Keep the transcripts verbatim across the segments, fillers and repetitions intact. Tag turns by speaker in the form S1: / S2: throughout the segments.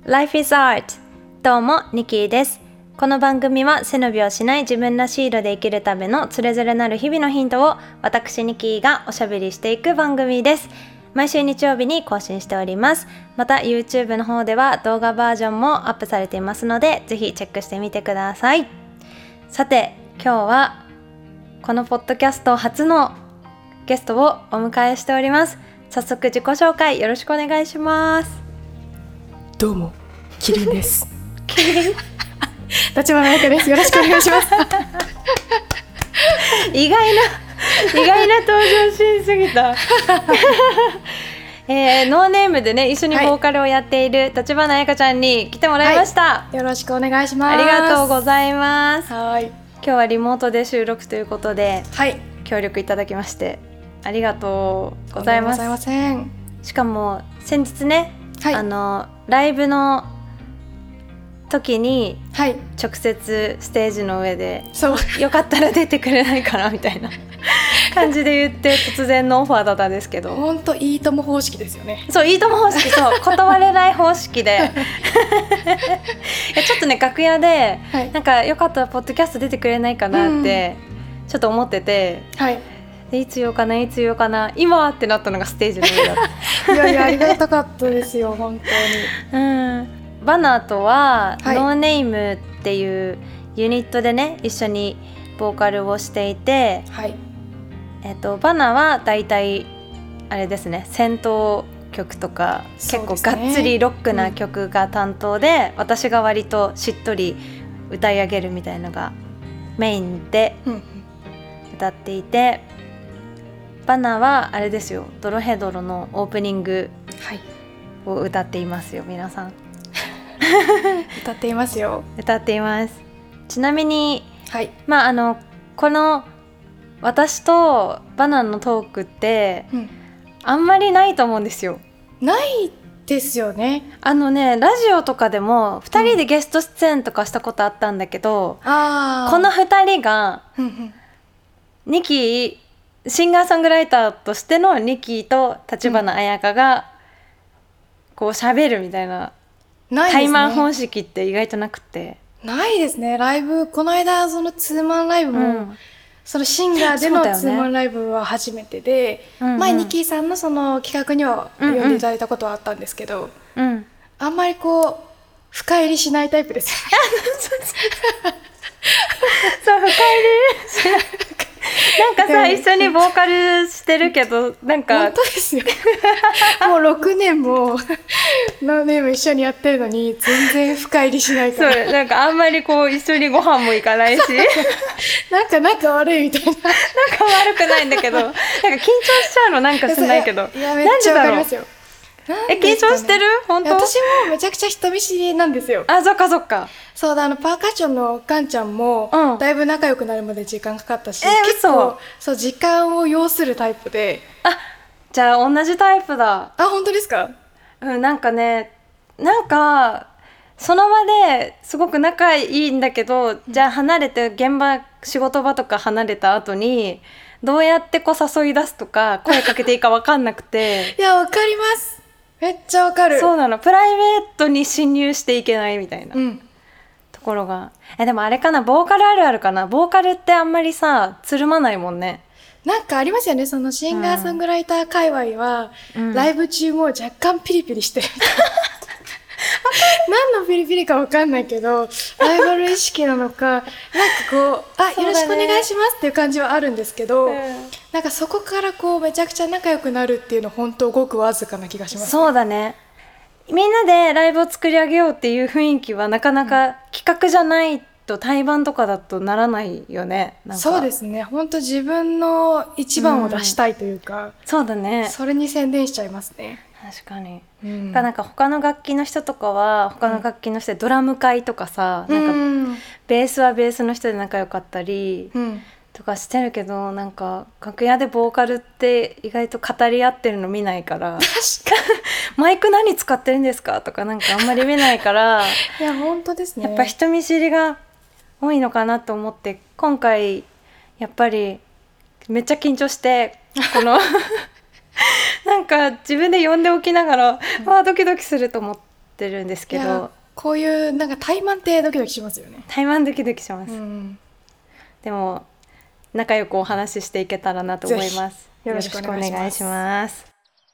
S1: Life is Art。 どうもニキーです。この番組は背伸びをしない自分らしい色で生きるためのつれづれなる日々のヒントを私ニキーがおしゃべりしていく番組です。毎週日曜日に更新しております。また YouTube の方では動画バージョンもアップされていますので、ぜひチェックしてみてください。さて今日はこのポッドキャスト初のゲストをお迎えしております。早速自己紹介よろしくお願いします。
S2: どうもキリンですキリン立花彩香です。よろしくお願いします
S1: 意外な意外な登場シーンすぎたえー、ノーネームでね一緒にボーカルをやっている立花彩香ちゃんに来てもらいました、
S2: はい、よろしくお願いします。
S1: ありがとうございます。
S2: はい、
S1: 今日はリモートで収録ということで、
S2: はい、
S1: 協力いただきましてありがとうございます。
S2: ございません。
S1: しかも先日ね、はい、あのライブの時に直接ステージの上で、
S2: そう
S1: よかったら出てくれないかなみたいな感じで言って突然のオファーだったんですけど、
S2: 本当いいとも方式ですよね。
S1: そういいとも方式、そう断れない方式でいやちょっとね楽屋で、はい、なんかよかったらポッドキャスト出てくれないかなってちょっと思ってて、
S2: はい、
S1: でいつ言おうかないつ言おうかな今ってなったのがステージの上だった
S2: いやいやありがたかったですよ本当に、
S1: うん、バナーとは、はい、ノーネームっていうユニットでね一緒にボーカルをしていて、
S2: はい、
S1: えっと、バナーはだいたいあれですね戦闘曲とか、結構がっつりロックな曲が担当で、うん、私が割としっとり歌い上げるみたいのがメインで歌っていて、うん、バナーはあれですよドロヘドロのオープニングを歌っていますよ、はい、皆さん
S2: 歌っていますよ。
S1: 歌っています。ちなみに、
S2: はい、
S1: まああのこの私とバナナのトークって、うん、あんまりないと思うんですよ。
S2: ないですよね。
S1: あのねラジオとかでもふたりでゲスト出演とかしたことあったんだけど、うん、あこのふたりがニキーシンガーソングライターとしてのニキーと立花彩香がこう喋るみたいな、ないですね、対マン方式って意外となくて。
S2: ないですね。ライブこの間そのツーマンライブも、うん、そのシンガーでのツーマンライブは初めてで、ね、前ニキーさんのその企画には呼んでいただいたことはあったんですけど、
S1: うんうん、
S2: あんまりこう深入りしないタイプです
S1: そう深入りなんかさ一緒にボーカルしてるけどなんか
S2: 本当ですよもうろくねんも何年も一緒にやってるのに全然深入りしないから
S1: そうなんかあんまりこう一緒にご飯も行かないし
S2: なんか仲悪いみたいな
S1: 仲悪くないんだけどなんか緊張しちゃうのなんかしないけど
S2: いやめっちゃわかりますよ。
S1: え緊張してる本当？
S2: 私もめちゃくちゃ人見知りなんですよ。
S1: あそっかそっか。
S2: そうだあのパーカッションのカンちゃんも、うん、だいぶ仲良くなるまで時間かかったし、
S1: えー、
S2: 結構そう時間を要するタイプで。
S1: あじゃあ同じタイプだ。
S2: あ本当ですか？
S1: うんなんかねなんかその場ですごく仲いいんだけど、うん、じゃあ離れて現場仕事場とか離れた後にどうやってこう誘い出すとか声かけていいか分かんなくて
S2: いや分かりますめっちゃ分かる。
S1: そうなのプライベートに侵入していけないみたいな、
S2: うん、
S1: ところがえでもあれかなボーカルあるあるかな。ボーカルってあんまりさつるまないもんね。
S2: なんかありますよねそのシンガーソングライター界隈は、うん、ライブ中も若干ピリピリしてるみたいな何のピリピリか分かんないけどライバル意識なのかなんかこうあ、ね、よろしくお願いしますっていう感じはあるんですけど、うん、なんかそこからこうめちゃくちゃ仲良くなるっていうの本当ごくわずかな気がします、ね、
S1: そうだね。みんなでライブを作り上げようっていう雰囲気はなかなか企画じゃないと対バンとかだとならないよね。なんか
S2: そうですね本当自分の一番を出したいというか、
S1: うん、そうだね
S2: それに宣伝しちゃいますね。
S1: 確かに、
S2: うん、
S1: なんか他の楽器の人とかは他の楽器の人でドラム会とかさ、うん、なんかベースはベースの人で仲良かったり、うん、とかしてるけどなんか楽屋でボーカルって意外と語り合ってるの見ないからマイク何使ってるんですかとかなんかあんまり見ないから
S2: いや本当ですね
S1: やっぱ人見知りが多いのかなと思って今回やっぱりめっちゃ緊張してこのなんか自分で呼んでおきながら、うん、わあドキドキすると思っってるんですけ
S2: いや
S1: ど、
S2: こういうなんか怠慢ってドキドキしますよね。
S1: タイマンドキドキします、
S2: うん、
S1: でも仲良くお話ししていけたらなと思います。
S2: よろしくお願いします。
S1: よろしくお願いします。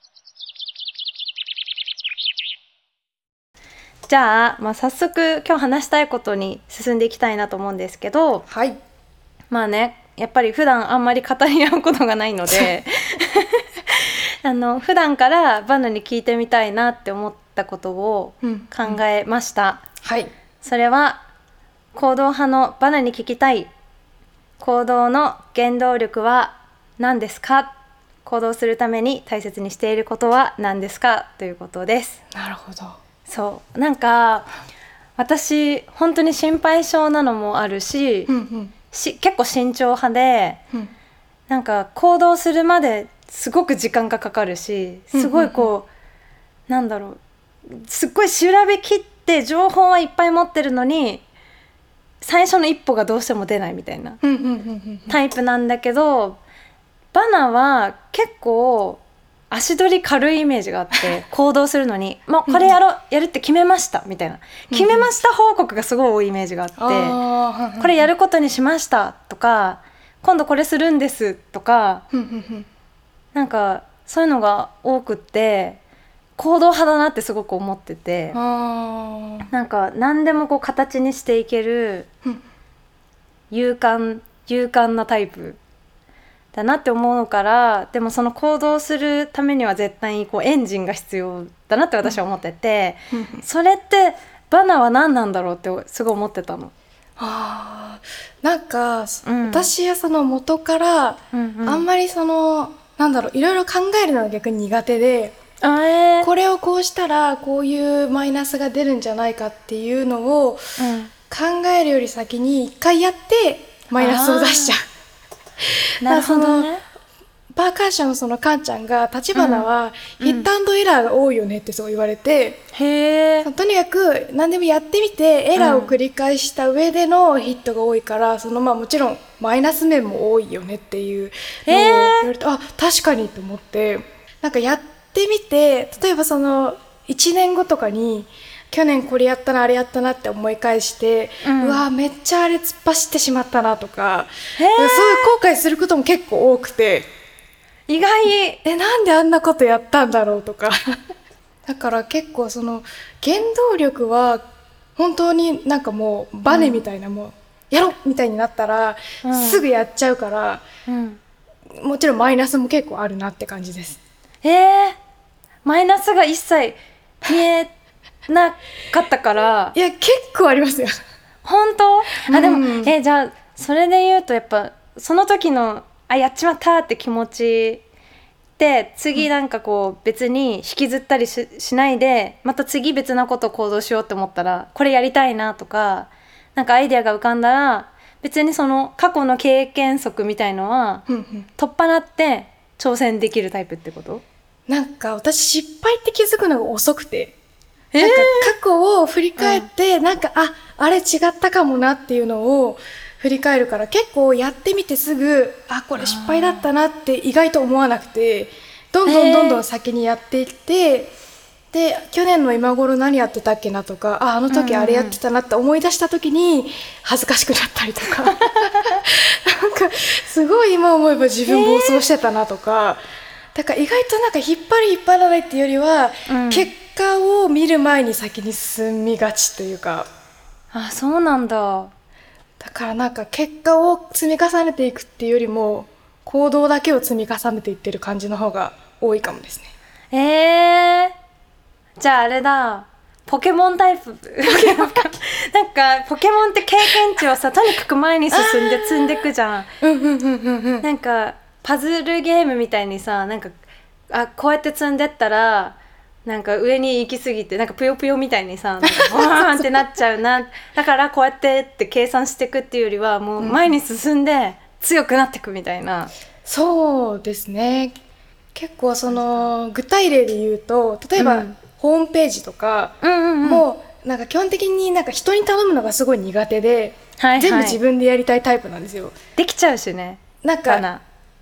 S1: じゃあ、まあ、早速今日話したいことに進んでいきたいなと思うんですけど、
S2: はい。
S1: まあね、やっぱり普段あんまり語り合うことがないのであの普段からバナに聞いてみたいなって思ったことを考えました、うんうん、
S2: はい。
S1: それは行動派のバナに聞きたい行動の原動力は何ですか、行動するために大切にしていることは何ですかということです。
S2: なるほど。
S1: そうなんか私本当に心配性なのもあるし、うんうん、し結構慎重派で、うん、なんか行動するまですごく時間がかかるし、すごいこう、うんうんうん、なんだろう、すっごい調べきって情報はいっぱい持ってるのに最初の一歩がどうしても出ないみたいなタイプなんだけど、バナは結構足取り軽いイメージがあって行動するのにもうこれやろうやるって決めましたみたいな決めました報告がすごい多いイメージがあって、これやることにしましたとか今度これするんですとかなんかそういうのが多くって行動派だなってすごく思ってて、なんか何でもこう形にしていける勇敢勇敢なタイプだなって思うから、でもその行動するためには絶対にこうエンジンが必要だなって私は思ってて、うん、それってバナは何なんだろうってすごい思ってたの。
S2: あなんか、うん、私はその元からあんまりそのなんだろういろいろ考えるのが逆に苦手で、えー、これをこうしたらこういうマイナスが出るんじゃないかっていうのを考えるより先に一回やってマイナスを出しちゃう。
S1: なるほどね。
S2: パーカッションのそのカンちゃんが立花はヒットアンドエラーが多いよねってそう言われて、うん、へー、とにかく何でもやってみてエラーを繰り返した上でのヒットが多いから、うん、そのまあもちろんマイナス面も多いよねっていうのを言われて、あ確かにと思って、なんかやってみて例えばそのいちねんごとかに去年これやったなあれやったなって思い返して、うん、うわめっちゃあれ突っ走ってしまったなとか、そういう後悔することも結構多くて、
S1: 意外
S2: えなんであんなことやったんだろうとかだから結構その原動力は本当になんかもうバネみたいな、うん、もうやろみたいになったら、うん、すぐやっちゃうから、うん、もちろんマイナスも結構あるなって感じです。
S1: えー、マイナスが一切見えなかったから
S2: いや結構ありますよ
S1: 本当、うん、あでもえじゃあそれで言うとやっぱその時のあやっちまったって気持ちで次なんかこう別に引きずったり し, しないでまた次別なことを行動しようって思ったらこれやりたいなとかなんかアイデアが浮かんだら別にその過去の経験則みたいのは取っ払って挑戦できるタイプってこと？
S2: なんか私失敗って気づくのが遅くて、なんか過去を振り返って、うん、なんかああれ違ったかもなっていうのを振り返るから結構やってみてすぐあこれ失敗だったなって意外と思わなくてどんどんどんどん先にやっていってで去年の今頃何やってたっけなとかああの時あれやってたなって思い出した時に恥ずかしくなったりとかなんかすごい今思えば自分暴走してたなとかだから意外となんか引っ張り引っ張らないっていうよりは、うん、結果を見る前に先に進みがちというか。
S1: あそうなんだ。
S2: だからなんか結果を積み重ねていくっていうよりも行動だけを積み重ねていってる感じの方が多いかもですね。
S1: えー、じゃああれだポケモンタイプなんかポケモンって経験値をさとにかく前に進んで積んでいくじゃん。なんかパズルゲームみたいにさなんかあこうやって積んでったらなんか上に行き過ぎてなんかぷよぷよみたいにさなんかバーンってなっちゃうなだからこうやってって計算していくっていうよりはもう前に進んで強くなっていくみたいな、うん、
S2: そうですね。結構その具体例で言うと例えば、うん、ホームページとか、うんうんうん、もうなんか基本的になんか人に頼むのがすごい苦手で、はいはい、全部自分でやりたいタイプなんですよ。
S1: できちゃうしね。
S2: なんか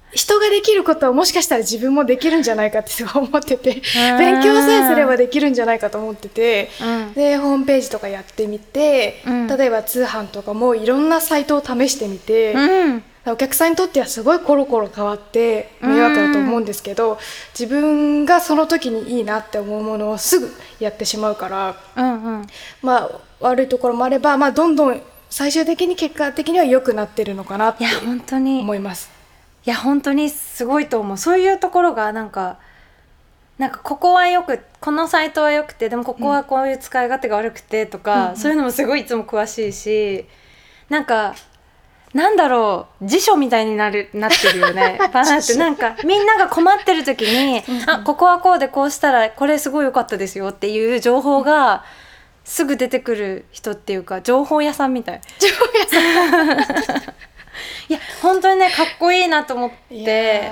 S2: 人ができることはもしかしたら自分もできるんじゃないかってすごい思ってて、勉強さえすればできるんじゃないかと思ってて、うん、でホームページとかやってみて、うん、例えば通販とかもいろんなサイトを試してみて、うん、お客さんにとってはすごいコロコロ変わって迷惑だと思うんですけど、うん、自分がその時にいいなって思うものをすぐやってしまうから、うんうん、まあ悪いところもあれば、まあ、どんどん最終的に結果的には良くなってるのかなって思います。
S1: いや本当にすごいと思う。そういうところがなんかなんかここはよくこのサイトはよくてでもここはこういう使い勝手が悪くてとか、うん、そういうのもすごいいつも詳しいし、なんかなんだろう辞書みたいになるなってるよねバナってなんかみんなが困ってる時にあここはこうでこうしたらこれすごい良かったですよっていう情報がすぐ出てくる人っていうか情報屋さんみたい。
S2: 情報屋さん
S1: いや本当にねかっこいいなと思って、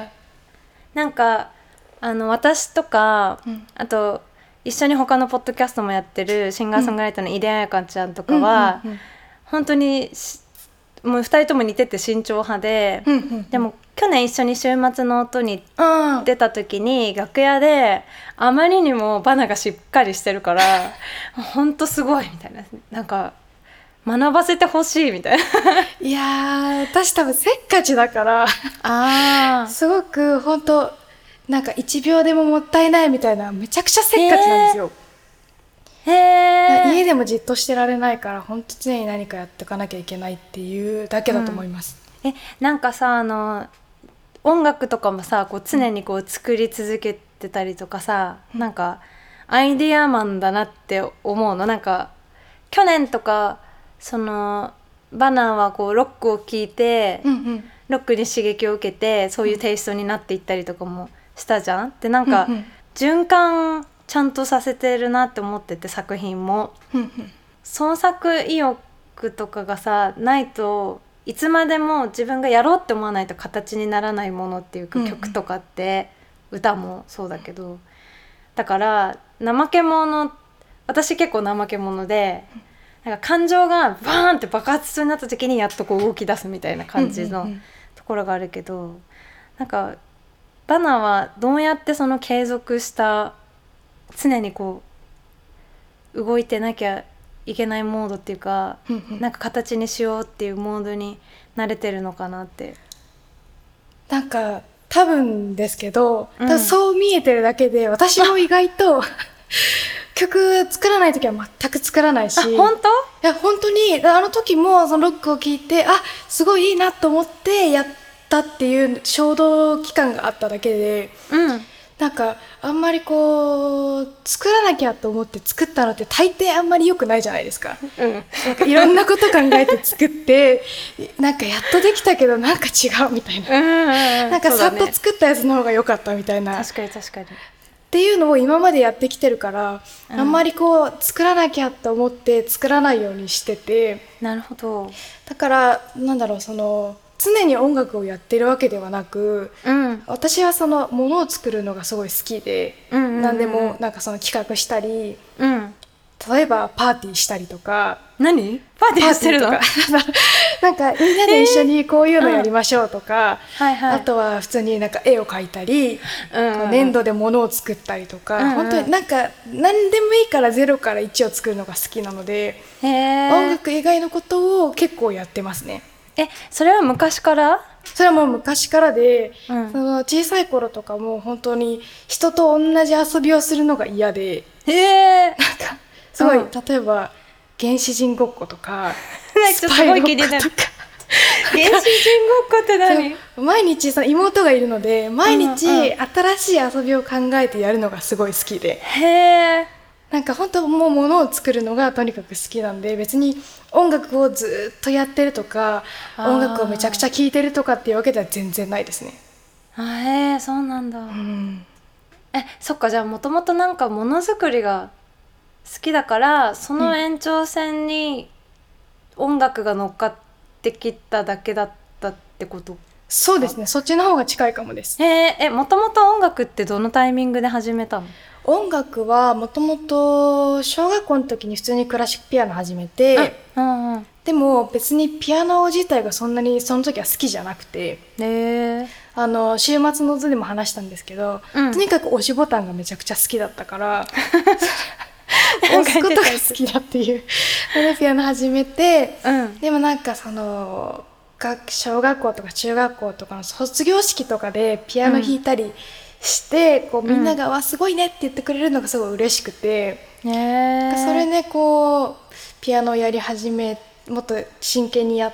S1: なんかあの私とか、うん、あと一緒に他のポッドキャストもやってるシンガーソングライターの井出彩香ちゃんとかは、うんうんうん、本当にもうふたりとも似てて慎重派で、うんうんうん、でも去年一緒に週末の音に出た時に楽屋であまりにもバナがしっかりしてるから本当すごいみたいな、なんか学ばせてほしいみたいな。
S2: いやー私多分せっかちだからあすごく本当なんかいちびょうでももったいないみたいなめちゃくちゃせっかちなんですよ。へー、家でもじっとしてられないから本当常に何かやっていかなきゃいけないっていうだけだと思います、
S1: うん、えなんかさあの音楽とかもさこう常にこう作り続けてたりとかさ、うん、なんかアイディアマンだなって思うの。なんか去年とかそのバナーはこうロックを聴いて、うんうん、ロックに刺激を受けてそういうテイストになっていったりとかもしたじゃん。でなんか、うんうん、循環ちゃんとさせてるなって思ってて作品も、うんうん、創作意欲とかがさないといつまでも自分がやろうって思わないと形にならないものっていうか、うんうん、曲とかって歌もそうだけど、だから怠け者私結構怠け者でなんか感情がバーンって爆発しそうになった時にやっとこう動き出すみたいな感じのところがあるけど、うんうんうん、なんかバナはどうやってその継続した常にこう動いてなきゃいけないモードっていうか、うんうん、なんか形にしようっていうモードに慣れてるのかなって。
S2: なんか多分ですけど、多分そう見えてるだけで、うん、私も意外と曲作らないときは全く作らないし。
S1: 本当？い
S2: や本当にあの時もそのロックを聴いてあすごいいいなと思ってやったっていう衝動期間があっただけで、うん、なんかあんまりこう作らなきゃと思って作ったのって大抵あんまり良くないじゃないですか、うん、なんかいろんなこと考えて作ってなんかやっとできたけどなんか違うみたいな、うん、なんかさっと作ったやつの方が良かったみたいな。
S1: 確かに確かに
S2: っていうのを今までやってきてるから、うん、あんまりこう作らなきゃと思って作らないようにしてて。
S1: なるほど。
S2: だからなんだろうその常に音楽をやってるわけではなく、うん、私はそのものを作るのがすごい好きで、うんうんうん、何でもなんかその企画したり、うん、例えばパーティーしたりとか。
S1: 何？パーティーしてるの？
S2: なんかみんなで一緒にこういうのやりましょうとか、えーうんはいはい、あとは普通になんか絵を描いたり、うんうん、粘土で物を作ったりとか、うんうん、本当になんか何でもいいからゼロからいちを作るのが好きなので、へー、音楽以外のことを結構やってますね。
S1: え、それは昔から？
S2: それはもう昔からで、うん、その小さい頃とかも本当に人と同じ遊びをするのが嫌で、へー、なんかすごい、うん、例えば原始人ごっことかスパイごっことか原始人ごっ
S1: こって何？
S2: 毎日その妹がいるので毎日新しい遊びを考えてやるのがすごい好きで、へー、なんか本当もう物を作るのがとにかく好きなんで、別に音楽をずっとやってるとか音楽をめちゃくちゃ聴いてるとかっていうわけでは全然ないですね。
S1: あ、へー、そうなんだ、うん、え、そっか、じゃあもともとなんか物作りが好きだからその延長線に音楽が乗っかってきただけだったってこと？うん、
S2: そうですね、そっちの方が近いかもです。
S1: へー、え、もともと音楽ってどのタイミングで始めたの？
S2: 音楽はもともと小学校の時に普通にクラシックピアノ始めて、うんうん、でも別にピアノ自体がそんなにその時は好きじゃなくて、へー、 あの週末の図でも話したんですけど、うん、とにかく押しボタンがめちゃくちゃ好きだったから押すことが好きだっていうピアノ始めて、うん、でもなんかその小学校とか中学校とかの卒業式とかでピアノ弾いたりして、うん、こうみんなが、うん、わすごいねって言ってくれるのがすごい嬉しくて、それでこうピアノをやり始めもっと真剣にやって、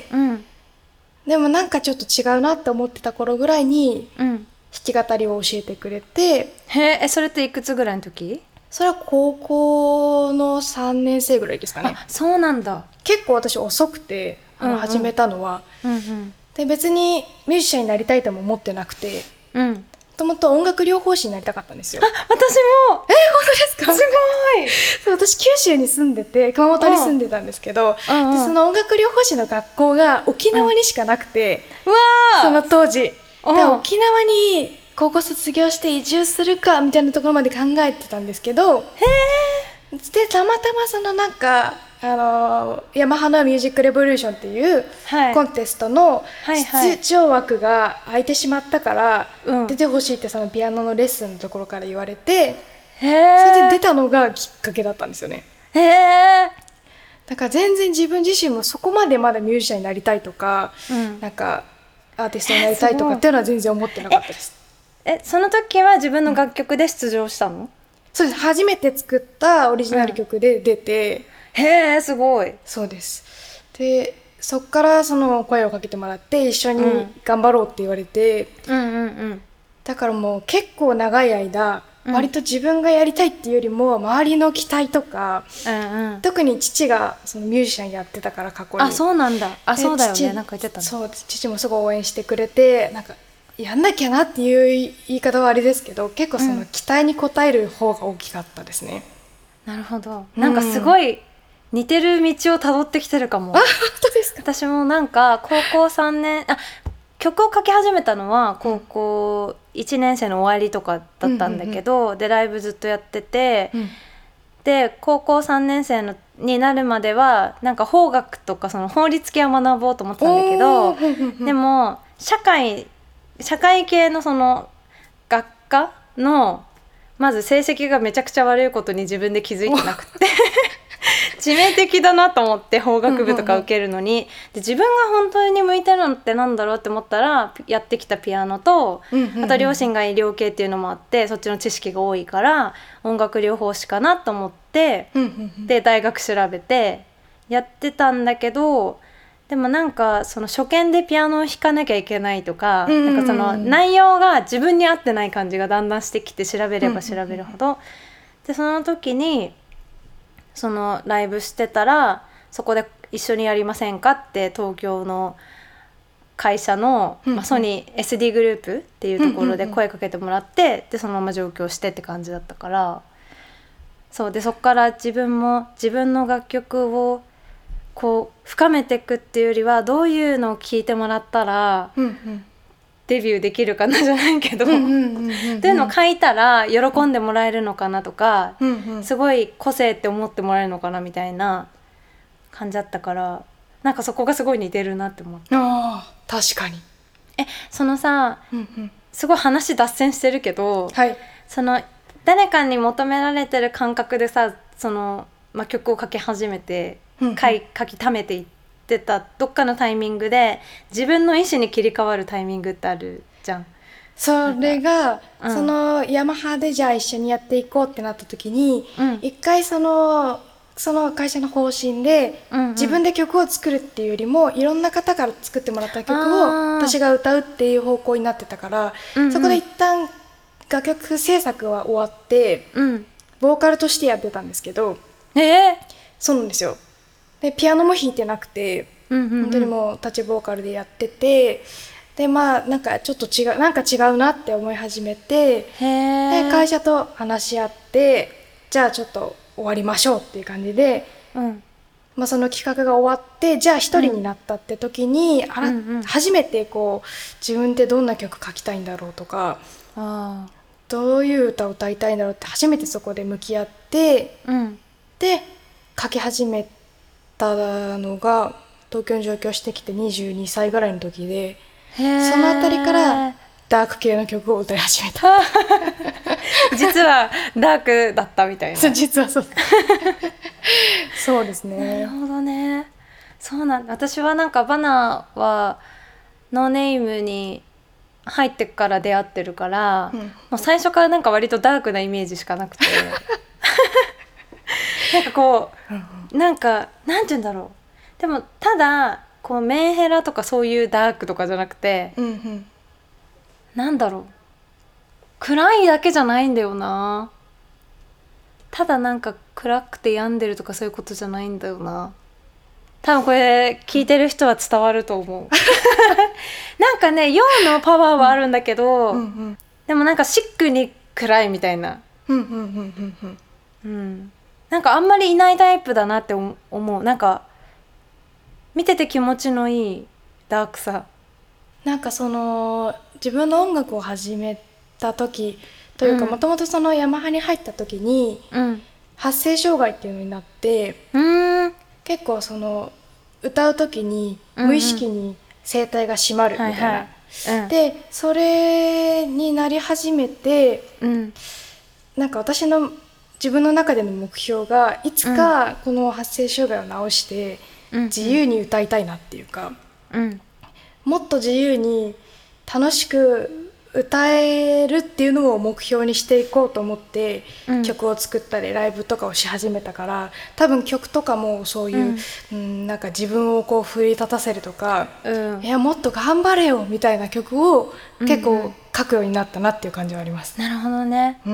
S2: うん、でもなんかちょっと違うなって思ってた頃ぐらいに、うん、弾き語りを教えてくれて。
S1: へえ、それっていくつぐらいの時？
S2: それは高校のさんねん生ぐらいですかね。
S1: あ、そうなんだ。結
S2: 構私遅くて、あの始めたのは、うんうん、で別にミュージシャンになりたいとも思ってなくて、うん、もともと音楽療法士になりたかったんですよ。
S1: あ、私も。え、本当ですか？すごい。
S2: そう、私九州に住んでて熊本に住んでたんですけど、うんうん、でその音楽療法士の学校が沖縄にしかなくて、うん、その当時で沖縄に高校卒業して移住するかみたいなところまで考えてたんですけど、へー。でたまたまそのなんかあのヤマハのミュージックレボリューションっていうコンテストの出場枠が空いてしまったから、出てほしいってそのピアノのレッスンのところから言われて、へー。それで出たのがきっかけだったんですよね。へー。だから全然自分自身もそこまでまだミュージシャンになりたいとか、うん、なんかアーティストになりたいとかっていうのは全然思ってなかったです。
S1: え、その時は自分の楽曲で出場したの？うん、
S2: そうです。初めて作ったオリジナル曲で出て、
S1: うん、へー、すごい。
S2: そうです。でそっからその声をかけてもらって一緒に頑張ろうって言われて、うんうんうんうん、だからもう結構長い間、うん、割と自分がやりたいっていうよりも周りの期待とか、うんうん、特に父がそのミュージシャンやってたから過去に。
S1: あ、そうなんだ。あ、そうだよね。なんか言ってたの。
S2: そう、父もすごい応援してくれて、なんかやんなきゃなっていう言い方はあれですけど、結構その期待に応える方が大きかったですね。
S1: うん、なるほど。なんかすごい似てる道をたどってきてるかも。
S2: あ、本当ですか？
S1: 私もなんか高校さんねん、あ、曲を書き始めたのは高校いちねん生の終わりとかだったんだけど、うんうんうん、でライブずっとやってて、うん、で高校さんねん生のになるまではなんか法学とかその法律系を学ぼうと思ってたんだけど、でも社会社会系のその学科のまず成績がめちゃくちゃ悪いことに自分で気づいてなくて致命的だなと思って法学部とか受けるのに、うんうんうん、で自分が本当に向いてるのってなんだろうって思ったらやってきたピアノと、うんうんうん、あと両親が医療系っていうのもあってそっちの知識が多いから音楽療法士かなと思って、うんうんうん、で大学調べてやってたんだけど、でもなんかその初見でピアノを弾かなきゃいけないとか、うんうんうん、なんかその内容が自分に合ってない感じがだんだんしてきて調べれば調べるほど、うんうんうん、でその時にそのライブしてたらそこで一緒にやりませんかって東京の会社の、うんうん、まあ、ソニー エスディー グループっていうところで声かけてもらって、うんうんうん、でそのまま上京してって感じだったから、そうでそこから自分も自分の楽曲をこう深めていくっていうよりはどういうのを聴いてもらったら、うんうん、デビューできるかなじゃないけど、うんうんうんうんうん、っていうのを書いたら喜んでもらえるのかなとか、うんうん、すごい個性って思ってもらえるのかなみたいな感じだったから、なんかそこがすごい似てるなって思った。
S2: あ、確かに。
S1: え、そのさ、うんうん、すごい話脱線してるけど、
S2: はい、
S1: その誰かに求められてる感覚でさ、その、まあ、曲を書き始めて、うんうん、書い書き溜めていってたどっかのタイミングで自分の意思に切り替わるタイミングってあるじゃん。
S2: それが、うん、そのヤマハでじゃあ一緒にやっていこうってなった時に、うん、一回そのその会社の方針で、うんうん、自分で曲を作るっていうよりもいろんな方から作ってもらった曲を私が歌うっていう方向になってたから、うんうん、そこで一旦楽曲制作は終わって、うん、ボーカルとしてやってたんですけど、
S1: えー、
S2: そうなんですよ。でピアノも弾いてなくて、うんうんうん、本当にもう立ちボーカルでやってて、でまあなんかちょっと違うなんか違うなって思い始めて、で会社と話し合ってじゃあちょっと終わりましょうっていう感じで、うんまあ、その企画が終わってじゃあ一人になったって時に、うんあらうんうん、初めてこう自分ってどんな曲書きたいんだろうとか、あどういう歌を歌いたいんだろうって初めてそこで向き合って、うん、で書き始めたのが東京に上京してきてにじゅうにさいぐらいの時で、 そのあたりからダーク系の曲を歌い始めた
S1: 実はダークだったみたいな。
S2: そう実はそうそうですね。
S1: なるほどね。そうなんだ。私はなんかバナはノーネームに入ってから出会ってるから、うん、もう最初からなんか割とダークなイメージしかなくてなんかこうなんかなんて言うんだろう、でもただこうメンヘラとかそういうダークとかじゃなくて、うんうん、なんだろう、暗いだけじゃないんだよな。ただなんか暗くて病んでるとかそういうことじゃないんだよな。多分これ聞いてる人は伝わると思うなんかね陽のパワーはあるんだけど、うんうんうん、でもなんかシックに暗いみたいな、うんうんうんうんうん、なんかあんまりいないタイプだなって思う。なんか見てて気持ちのいいダークさ。
S2: なんかその自分の音楽を始めた時というか、もともとそのヤマハに入った時に、うん、発声障害っていうのになって、うーん結構その歌う時に無意識に声帯が締まるみたいな、はいはいうん、でそれになり始めて、うん、なんか私の自分の中での目標がいつかこの発声障害を治して自由に歌いたいなっていうか、うん、もっと自由に楽しく歌えるっていうのを目標にしていこうと思って曲を作ったりライブとかをし始めたから、多分曲とかもそういう、うん、なんか自分をこう奮い立たせるとか、うん、いやもっと頑張れよみたいな曲を結構書くようになったなっていう感じはあります。
S1: なるほどね、うん、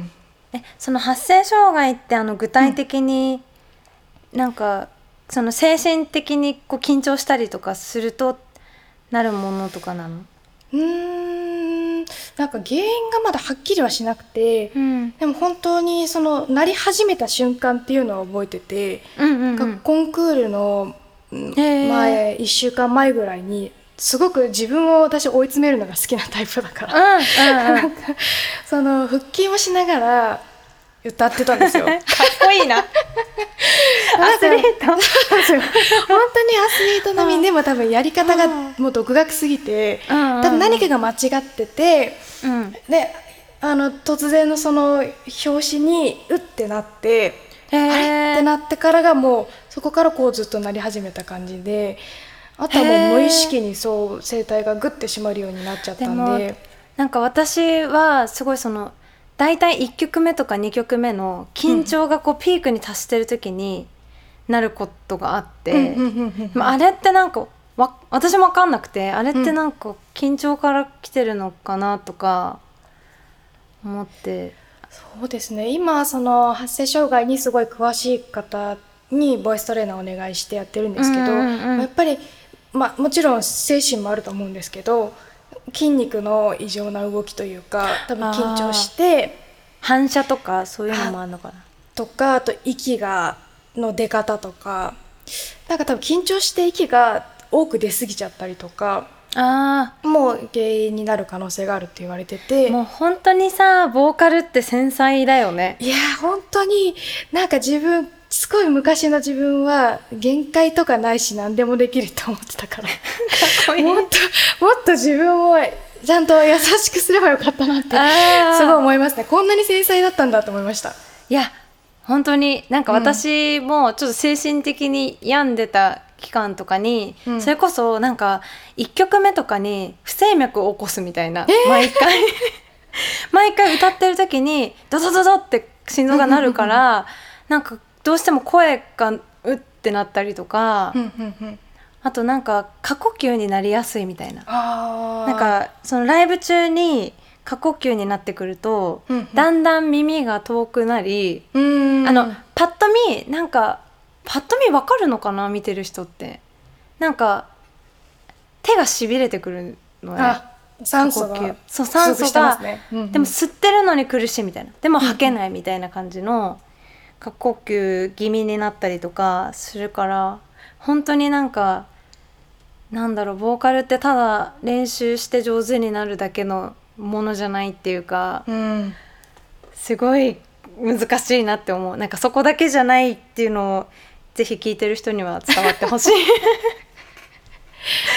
S1: えその発声障害ってあの具体的になんかその精神的にこう緊張したりとかするとなるものとかなの？
S2: うーんなんか原因がまだはっきりはしなくて、うん、でも本当にそのなり始めた瞬間っていうのは覚えてて、うんうんうん、コンクールの前いっしゅうかんまえぐらいにすごく自分を私追い詰めるのが好きなタイプだから、うんうんうん、その腹筋をしながら歌ってたんですよかっ
S1: こいいなアスリート本当に
S2: アスリート並みでも多分やり方がもう独学すぎて、うんうんうん、多分何かが間違ってて、うん、であの突然のその拍子にうってなってあれってなってからがもうそこからこうずっとなり始めた感じで、あとはもう無意識にそう声帯がグッて締まるようになっちゃったんで、
S1: でなんか私はすごいそのだいたいいっきょくめとかにきょくめの緊張がこうピークに達してる時になることがあって、あれってなんかわ私も分かんなくて、あれってなんか緊張から来てるのかなとか思って、
S2: うん、そうですね。今その発声障害にすごい詳しい方にボイストレーナーお願いしてやってるんですけど、うんうんうん、やっぱり、まあ、もちろん精神もあると思うんですけど、筋肉の異常な動きというか多分緊張して
S1: 反射とかそういうのもあるのかな
S2: とか、あと息がの出方とか、なんか多分緊張して息が多く出過ぎちゃったりとかあもう原因になる可能性があるって言われてて、
S1: もう本当にさボーカルって繊細だよね。
S2: いや本当になんか自分すごい昔の自分は限界とかないし何でもできると思ってたからかっこいい。もっともっと自分をちゃんと優しくすればよかったなってすごい思いますね。こんなに繊細だったんだと思いました。
S1: いや本当になんか私もちょっと精神的に病んでた期間とかに、うん、それこそなんかいっきょくめとかに不整脈を起こすみたいな、えー、毎回毎回歌ってる時にドドドドって心臓がなるからなんかどうしても声がうってなったりとか、うんうんうん、あとなんか過呼吸になりやすいみたいな、あなんかそのライブ中に過呼吸になってくると、うんうん、だんだん耳が遠くなり、うーんあのパッと見なんかパッと見分かるのかな見てる人ってなんか手がしびれてくるのね。あ
S2: 酸素が
S1: そう酸素が、ねうんうん、でも吸ってるのに苦しいみたいな、でも吐けないみたいな感じの過呼吸気味になったりとかするから、本当になんかなんだろうボーカルってただ練習して上手になるだけのものじゃないっていうか、うん、すごい難しいなって思う。なんかそこだけじゃないっていうのをぜひ聞いてる人には伝わってほしい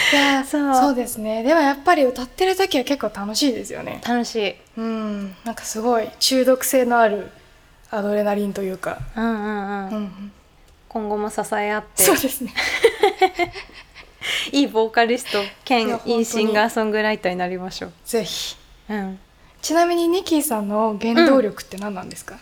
S2: いや
S1: そう
S2: そうですね。でもやっぱり歌ってる時は結構楽しいですよね。
S1: 楽しい。
S2: うんなんかすごい中毒性のあるアドレナリンというか、
S1: うんうんうん、
S2: うんうん、
S1: 今後も支え合って
S2: そうですね
S1: いいボーカリスト
S2: い
S1: 兼
S2: や
S1: いいシンガーソングライターになりましょう。
S2: ぜひ。
S1: うん、
S2: ちなみにニキーさんの原動力って何なんですか？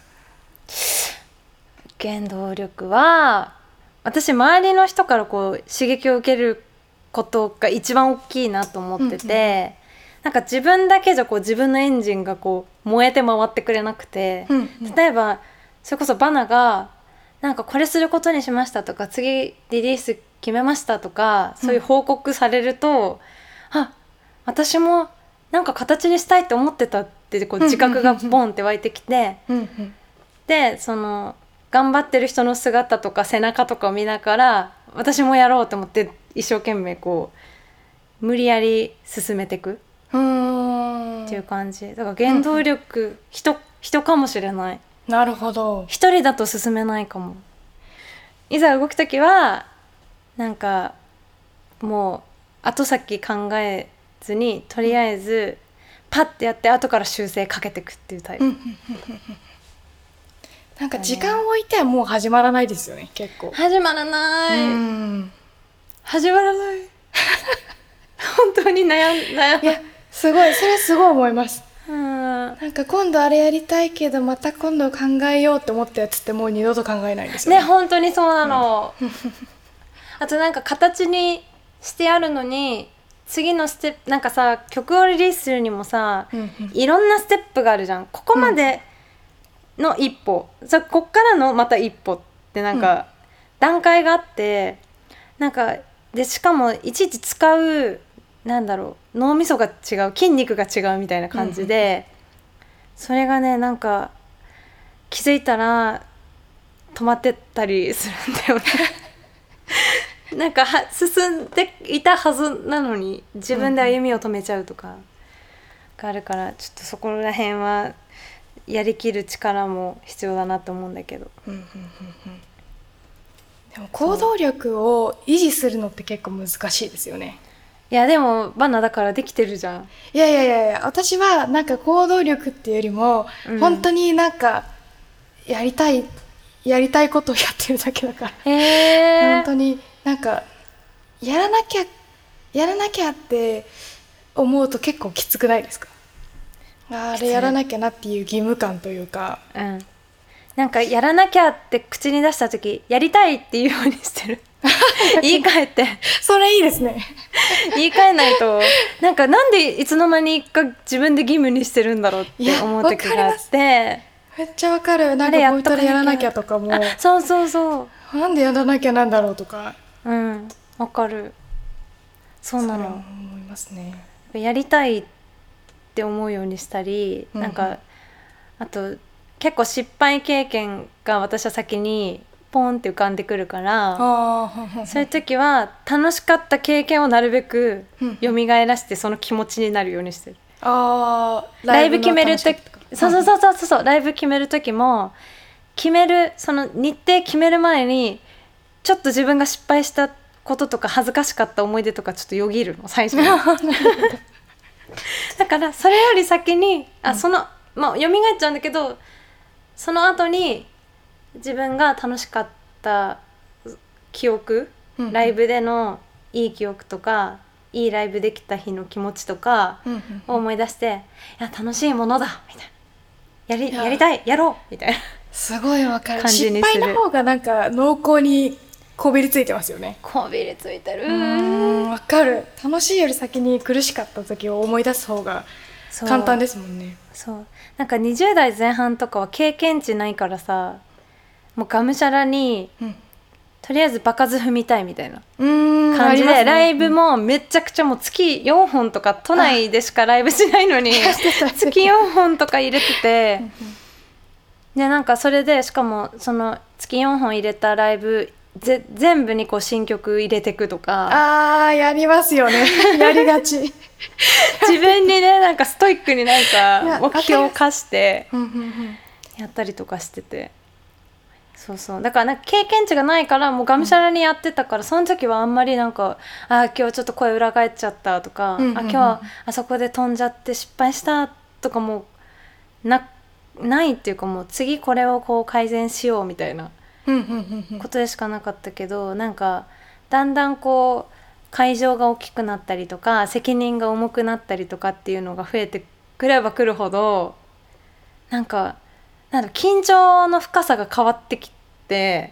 S1: 原動力は私周りの人からこう刺激を受けることが一番大きいなと思ってて、うんうん、なんか自分だけじゃこう自分のエンジンがこう燃えて回ってくれなくて、うんうん、例えばそれこそバナがなんかこれすることにしましたとか次リリース決めましたとかそういう報告されると、うん、あ私もなんか形にしたいって思ってたってこう自覚がボンって湧いてきて、うんうん、でその頑張ってる人の姿とか背中とかを見ながら私もやろうと思って一生懸命こう無理やり進めていくっていう感じだから原動力、うん、人, 人かもしれない。
S2: なるほど。
S1: 一人だと進めないかも。いざ動くときはなんかもう後先考えずにとりあえずパッてやって後から修正かけていくっていうタイプ、うん、
S2: なんか時間を置いてはもう始まらないですよね。結構
S1: 始まらない、うん、始まらない本当に悩ん悩ん
S2: いやすごいそれすごい思います。
S1: うん、
S2: なんか今度あれやりたいけどまた今度考えようって思ったやつってもう二度と考えないんですよね。
S1: ね本当にそうなの、うん、あとなんか形にしてあるのに次のステップなんかさ曲をリリースするにもさ、うんうん、いろんなステップがあるじゃん。ここまでの一歩、うん、そこっからのまた一歩ってなんか段階があって、うん、なんかでしかもいちいち使うなんだろう脳みそが違う筋肉が違うみたいな感じで、うん、それがねなんか気づいたら止まってったりするんだよねなんかは進んでいたはずなのに自分で歩みを止めちゃうとかがあるから、ちょっとそこら辺はやりきる力も必要だなと思うんだけど、うんうんうんうん、
S2: でも行動力を維持するのって結構難しいですよね。
S1: いやでもバナだからできてるじゃん。
S2: いやいやいやいや私はなんか行動力っていうよりも、うん、本当になんかやりたいやりたいことをやってるだけだから、へー本当になんかやらなきゃやらなきゃって思うと結構きつくないですか？あ, あれやらなきゃなっていう義務感というか、
S1: うん、なんかやらなきゃって口に出した時やりたいっていうようにしてる言い換えて
S2: それいいですね
S1: 言い換えないとなんかなんでいつの間にか自分で義務にしてるんだろうって思う時があって、
S2: めっちゃわかる。なんかこういったらやらなきゃとかも
S1: そうそうそう
S2: なんでやらなきゃなんだろうとか、
S1: うんわかる。そうなの。
S2: 思いますね。
S1: やりたいって思うようにしたり、うんうん、なんかあと結構失敗経験が私は先にポンって浮かんでくるから、そういう時は楽しかった経験をなるべく蘇らしてその気持ちになるようにしてる。あライブ決める時そうそうそうそうそうライブ決める時も決めるその日程決める前にちょっと自分が失敗したこととか恥ずかしかった思い出とかちょっとよぎるの最初にだからそれより先にあその、まあ、蘇っちゃうんだけどその後に自分が楽しかった記憶、うん、ライブでのいい記憶とかいいライブできた日の気持ちとかを思い出して、うんうんうん、いや楽しいものだみたいな やり、やりたいやろうみたいな
S2: すごいわかる。失敗の方がなんか濃厚にこびりついてますよね。
S1: こびりついてる。
S2: うーんわかる。楽しいより先に苦しかった時を思い出す方が簡単ですもんね。
S1: そう、そうなんかにじゅう代前半とかは経験値ないからさもうがむしゃらに、うん、とりあえず場数踏みたいみたいな感じで、ね、ライブもめちゃくちゃもう月よんほんとか都内でしかライブしないのに月よんほんとか入れててでなんかそれでしかもその月よんほん入れたライブぜ全部にこう新曲入れてくとか
S2: あーやりますよねやりがち
S1: 自分にねなんかストイックになんか目標を課してやったりとかしててそうそうだからなんか経験値がないからもうがむしゃらにやってたから、うん、その時はあんまりなんかあ今日ちょっと声裏返っちゃったとか、うんうんうん、あ今日はあそこで飛んじゃって失敗したとかもなないっていうか、もう次これをこう改善しようみたいなことでしかなかったけど、なんかだんだんこう会場が大きくなったりとか責任が重くなったりとかっていうのが増えてくればくるほどなんかなんだ緊張の深さが変わってきて、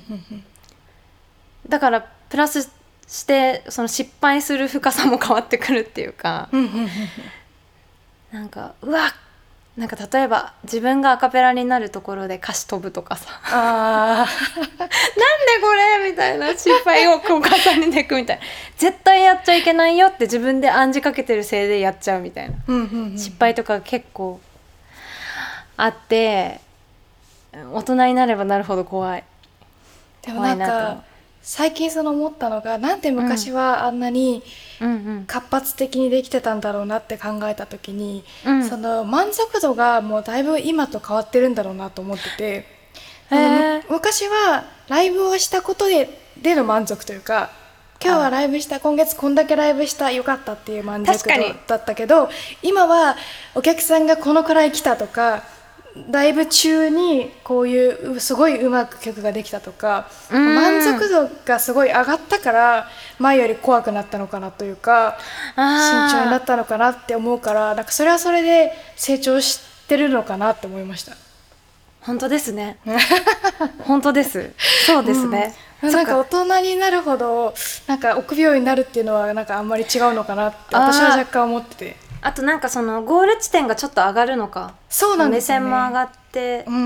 S1: だからプラスしてその失敗する深さも変わってくるっていうかなんかうわなんか例えば自分がアカペラになるところで歌詞飛ぶとかさあなんでこれみたいな失敗をこう重ねていくみたいな絶対やっちゃいけないよって自分で暗示かけてるせいでやっちゃうみたいな、うんうんうん、失敗とか結構あって大人になればなるほど怖い。
S2: でもなんか最近その思ったのがなんで昔はあんなに活発的にできてたんだろうなって考えた時に、うん、その満足度がもうだいぶ今と変わってるんだろうなと思ってて、あの昔はライブをしたことで、での満足というか今日はライブした今月こんだけライブしたよかったっていう満足度だったけど、今はお客さんがこのくらい来たとかライブ中にこういうすごいうまく曲ができたとか満足度がすごい上がったから前より怖くなったのかなというか慎重になったのかなって思うから、なんかそれはそれで成長してるのかなって思いました。
S1: 本当ですね本当ですそうですね、
S2: うん、なんか大人になるほどなんか臆病になるっていうのはなんかあんまり違うのかなって私は若干思ってて、
S1: あとなんかそのゴール地点がちょっと上がるのか。
S2: そうなんですよね。
S1: 目線も上がって、
S2: うん、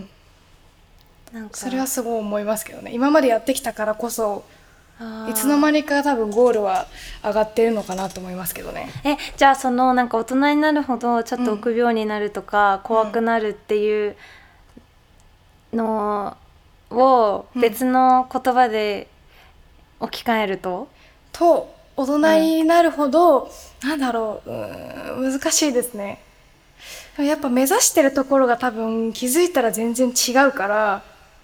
S2: なんかそれはすごい思いますけどね。今までやってきたからこそいつの間にか多分ゴールは上がってるのかなと思いますけどね。
S1: えじゃあそのなんか大人になるほどちょっと臆病になるとか、うん、怖くなるっていうのを別の言葉で置き換えると、うん、
S2: と大人になるほど、うん、なんだろう、うーん難しいですね。やっぱ目指してるところが多分気づいたら全然違うから、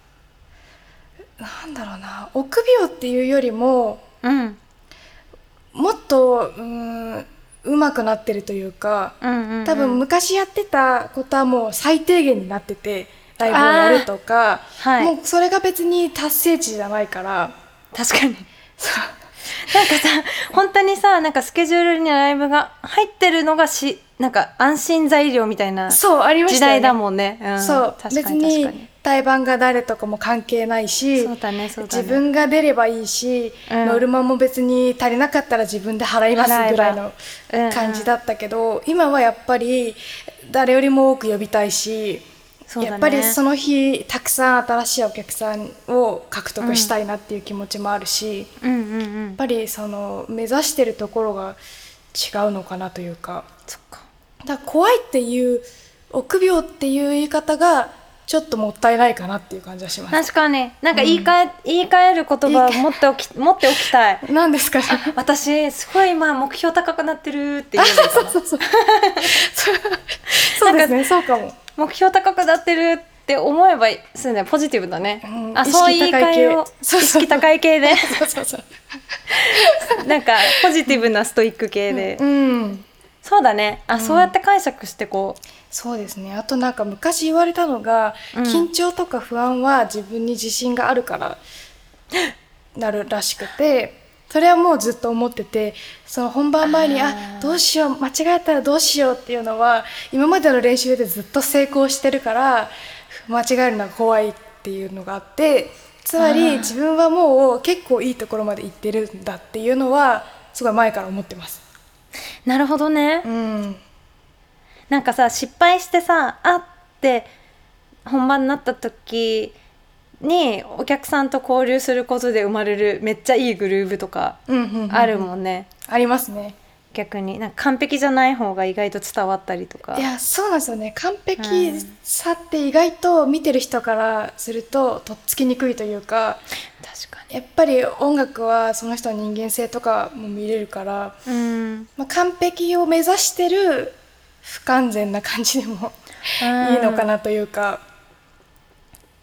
S2: なんだろうな、臆病っていうよりも、うん、もっとうーん上手くなってるというか、うんうんうん、多分昔やってたことはもう最低限になっててライブをやるとか、はい、もうそれが別に達成値じゃないから。
S1: 確かになんかさ本当にさなんかスケジュールにライブが入ってるのがしなんか安心材料みたいな時代だもんね。
S2: そう、そう、別に対バンが誰とかも関係ないし、
S1: そうだねそうだね、
S2: 自分が出ればいいし、うん、ノルマも別に足りなかったら自分で払いますぐらいの感じだったけど、うんうん、今はやっぱり誰よりも多く呼びたいし、ね、やっぱりその日たくさん新しいお客さんを獲得したいなっていう気持ちもあるし、うんうんうんうん、やっぱりその目指してるところが違うのかなというか。
S1: そっか。
S2: だから怖いっていう臆病っていう言い方がちょっともったいないかなっていう感じはします。
S1: 確かになんか言い換え、うん、言い換える言葉を持っておき持っておきたい。
S2: 何ですかね。
S1: 私すごい今目標高くなってるっていうのかな。
S2: そうそうそうそうですね、そうかも。
S1: 目標高くなってるって思えばそうね、ポジティブだね、うん、あそういう言い換えを意識高い系でそうそうそうなんかポジティブなストイック系で、うんうん、そうだねあ、うん、そうやって解釈してこう。
S2: そうですね。あとなんか昔言われたのが、うん、緊張とか不安は自分に自信があるからなるらしくて、それはもうずっと思ってて、その本番前にあどうしよう間違えたらどうしようっていうのは今までの練習でずっと成功してるから間違えるのが怖いっていうのがあって、つまり自分はもう結構いいところまで行ってるんだっていうのはすごい前から思ってます。
S1: なるほどね、うん、なんかさ失敗してさあって本番になった時にお客さんと交流することで生まれるめっちゃいいグルーヴとかあるもんね、
S2: うんうんうん、ありますね。
S1: 逆になんか完璧じゃない方が意外と伝わったりとか。
S2: いやそうなんですよね。完璧さって意外と見てる人からするととっつきにくいというか、
S1: 確かに
S2: やっぱり音楽はその人の人間性とかも見れるから、うんまあ、完璧を目指してる不完全な感じでもいいのかなというか。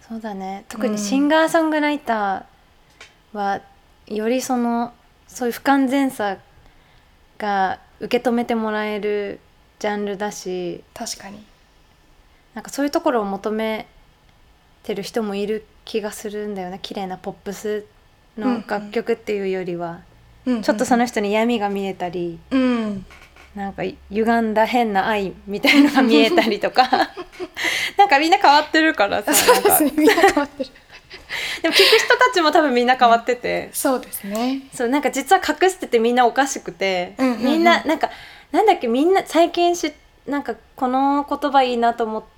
S1: そうだね、特にシンガーソングライターはよりそのそういう不完全さが受け止めてもらえるジャンルだし、
S2: 確かに
S1: なんかそういうところを求めてる人もいる気がするんだよね。綺麗なポップスの楽曲っていうよりは、うんうん、ちょっとその人に闇が見えたり、うん、なんか歪んだ変な愛みたいのが見えたりとかなんかみんな変わってるからさ、
S2: そうですね、みんな変わってる
S1: でも聞く人たちも多分みんな変わってて、
S2: うん、そうですね。
S1: そうなんか実は隠しててみんなおかしくて、うんうんうん、みんななんかなんだっけみんな最近しなんかこの言葉いいなと思って、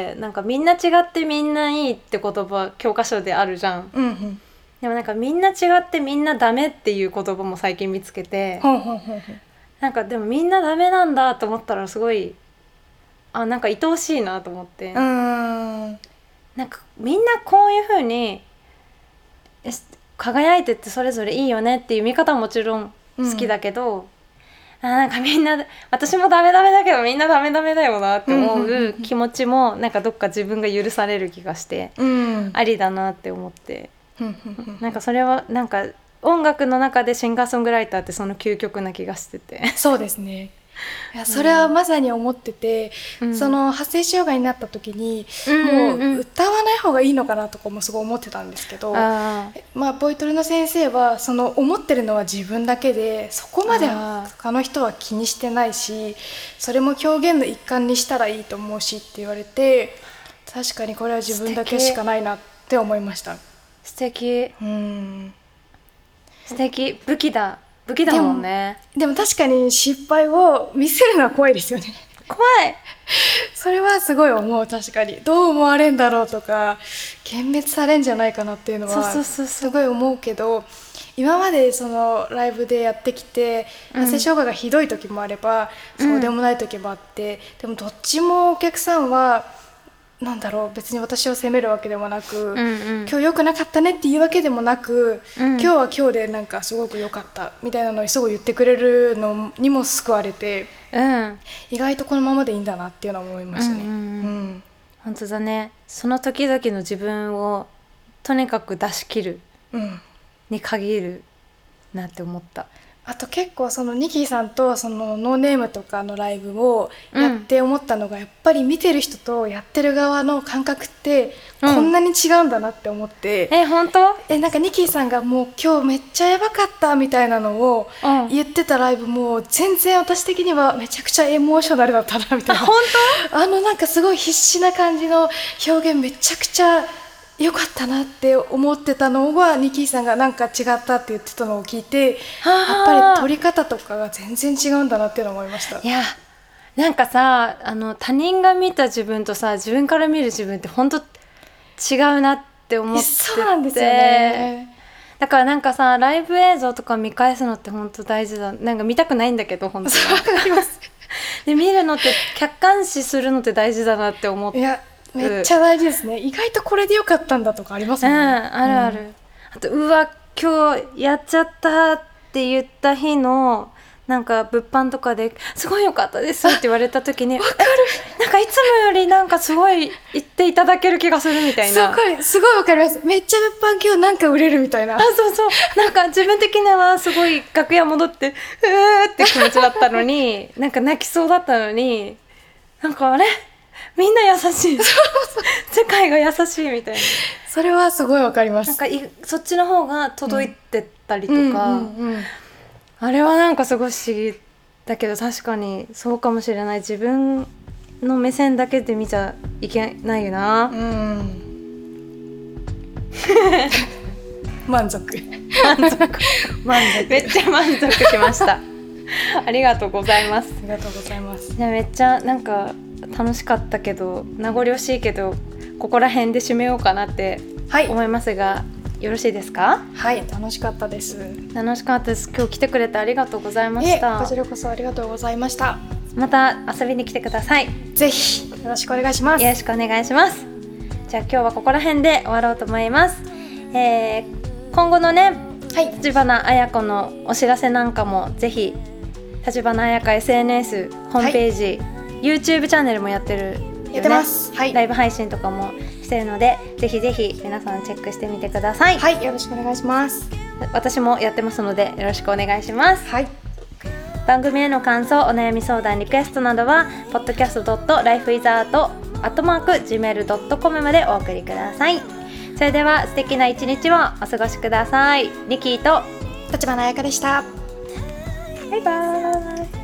S1: なんかみんな違ってみんないいって言葉教科書であるじゃん、うんうん、でもなんかみんな違ってみんなダメっていう言葉も最近見つけて、ほうほうほうほう、なんかでもみんなダメなんだと思ったらすごいあなんか愛おしいなと思って、うーんなんかみんなこういう風に輝いてってそれぞれいいよねっていう見方ももちろん好きだけど、うん、あなんかみんな私もダメダメだけどみんなダメダメだよなって思う気持ちもなんかどっか自分が許される気がして、うん、ありだなって思って、うん、なんかそれはなんか音楽の中でシンガーソングライターってその究極な気がしてて。
S2: そうですね、いやそれはまさに思ってて、うん、その発声障害になった時に、うん、もう歌わない方がいいのかなとかもすごい思ってたんですけど、あまあボイトレの先生はその思ってるのは自分だけでそこまで他の人は気にしてないし、それも表現の一環にしたらいいと思うしって言われて、確かにこれは自分だけしかないなって思いました。
S1: 素敵、うん、素敵、武器だ武器だもんね。
S2: でも、でも確かに失敗を見せるのは怖いですよね。
S1: 怖い
S2: それはすごい思う。確かにどう思われんだろうとか幻滅されんじゃないかなっていうのはすごい思うけど、今までそのライブでやってきて発声障害がひどい時もあれば、うん、そうでもない時もあって、でもどっちもお客さんはなんだろう、別に私を責めるわけでもなく、うんうん、今日良くなかったねっていうわけでもなく、うん、今日は今日でなんかすごく良かったみたいなのをすごい言ってくれるのにも救われて、うん、意外とこのままでいいんだなっていうのは思いましたね、うんうんうん、
S1: 本当だね。その時々の自分をとにかく出し切るに限るなって思った。
S2: あと結構そのニキーさんとそのノーネームとかのライブをやって思ったのが、うん、やっぱり見てる人とやってる側の感覚ってこんなに違うんだなって思って、
S1: うん、え本当
S2: えなんかニキーさんがもう今日めっちゃやばかったみたいなのを言ってたライブも全然私的にはめちゃくちゃエモーショナルだったなみたいな。
S1: 本当
S2: あのなんかすごい必死な感じの表現めちゃくちゃよかったなって思ってたのはニキーさんがなんか違ったって言ってたのを聞いて、やっぱり撮り方とかが全然違うんだなっていうのを思いました。
S1: いやなんかさ、あの他人が見た自分とさ自分から見る自分って本当違うなって思ってて、
S2: そうなんですよね。
S1: だからなんかさライブ映像とか見返すのって本当大事だ。なんか見たくないんだけど本当に
S2: わかります
S1: で見るのって客観視するのって大事だなって思って、いや
S2: めっちゃ大事ですね。意外とこれでよかったんだとかありますもんね、うん、
S1: あるある、うん、あとうわ今日やっちゃったって言った日のなんか物販とかですごいよかったですって言われた時に
S2: わかる
S1: なんかいつもよりなんかすごい言っていただける気がするみたいな。
S2: すごいすごいわかります。めっちゃ物販今日なんか売れるみたいな。
S1: あそうそうなんか自分的にはすごい楽屋戻ってうーって気持ちだったのになんか泣きそうだったのになんかあれみんな優しい世界が優しいみたいな。
S2: それはすごいわかります。
S1: なんかいそっちの方が届いてたりとか、うんうんうんうん、あれはなんかすごい不思議だけど確かにそうかもしれない。自分の目線だけで見ちゃいけないよな、うん、
S2: 満足
S1: 満足満足めっちゃ満足しましたありがとうございます。
S2: ありがとうございます。
S1: いやめっちゃなんか楽しかったけど名残惜しいけどここら辺で締めようかなって思いますが、はい、よろしいですか？
S2: はい楽しかったです。
S1: 楽しかったです。今日来てくれてありがとうございました。
S2: こちらこそありがとうございました。
S1: また遊びに来てください。
S2: ぜひよろしくお願いします。
S1: よろしくお願いします。じゃあ今日はここら辺で終わろうと思います、えー、今後のね、はい、立花彩子のお知らせなんかもぜひ立花彩香 エスエヌエス ホームページ、はい、YouTube チャンネルもやってるよね。
S2: やってます。はい。
S1: ライブ配信とかもしてるので、ぜひぜひ皆さんチェックしてみてください。
S2: はい、よろしくお願いします。
S1: 私もやってますのでよろしくお願いします。
S2: はい。
S1: 番組への感想、お悩み相談、リクエストなどは ポッドキャストドットライフイズアートアットマークジーメールドットコム までお送りください。それでは素敵な一日をお過ごしください。ニキーと
S2: 立花彩香でした。
S1: バイバーイ。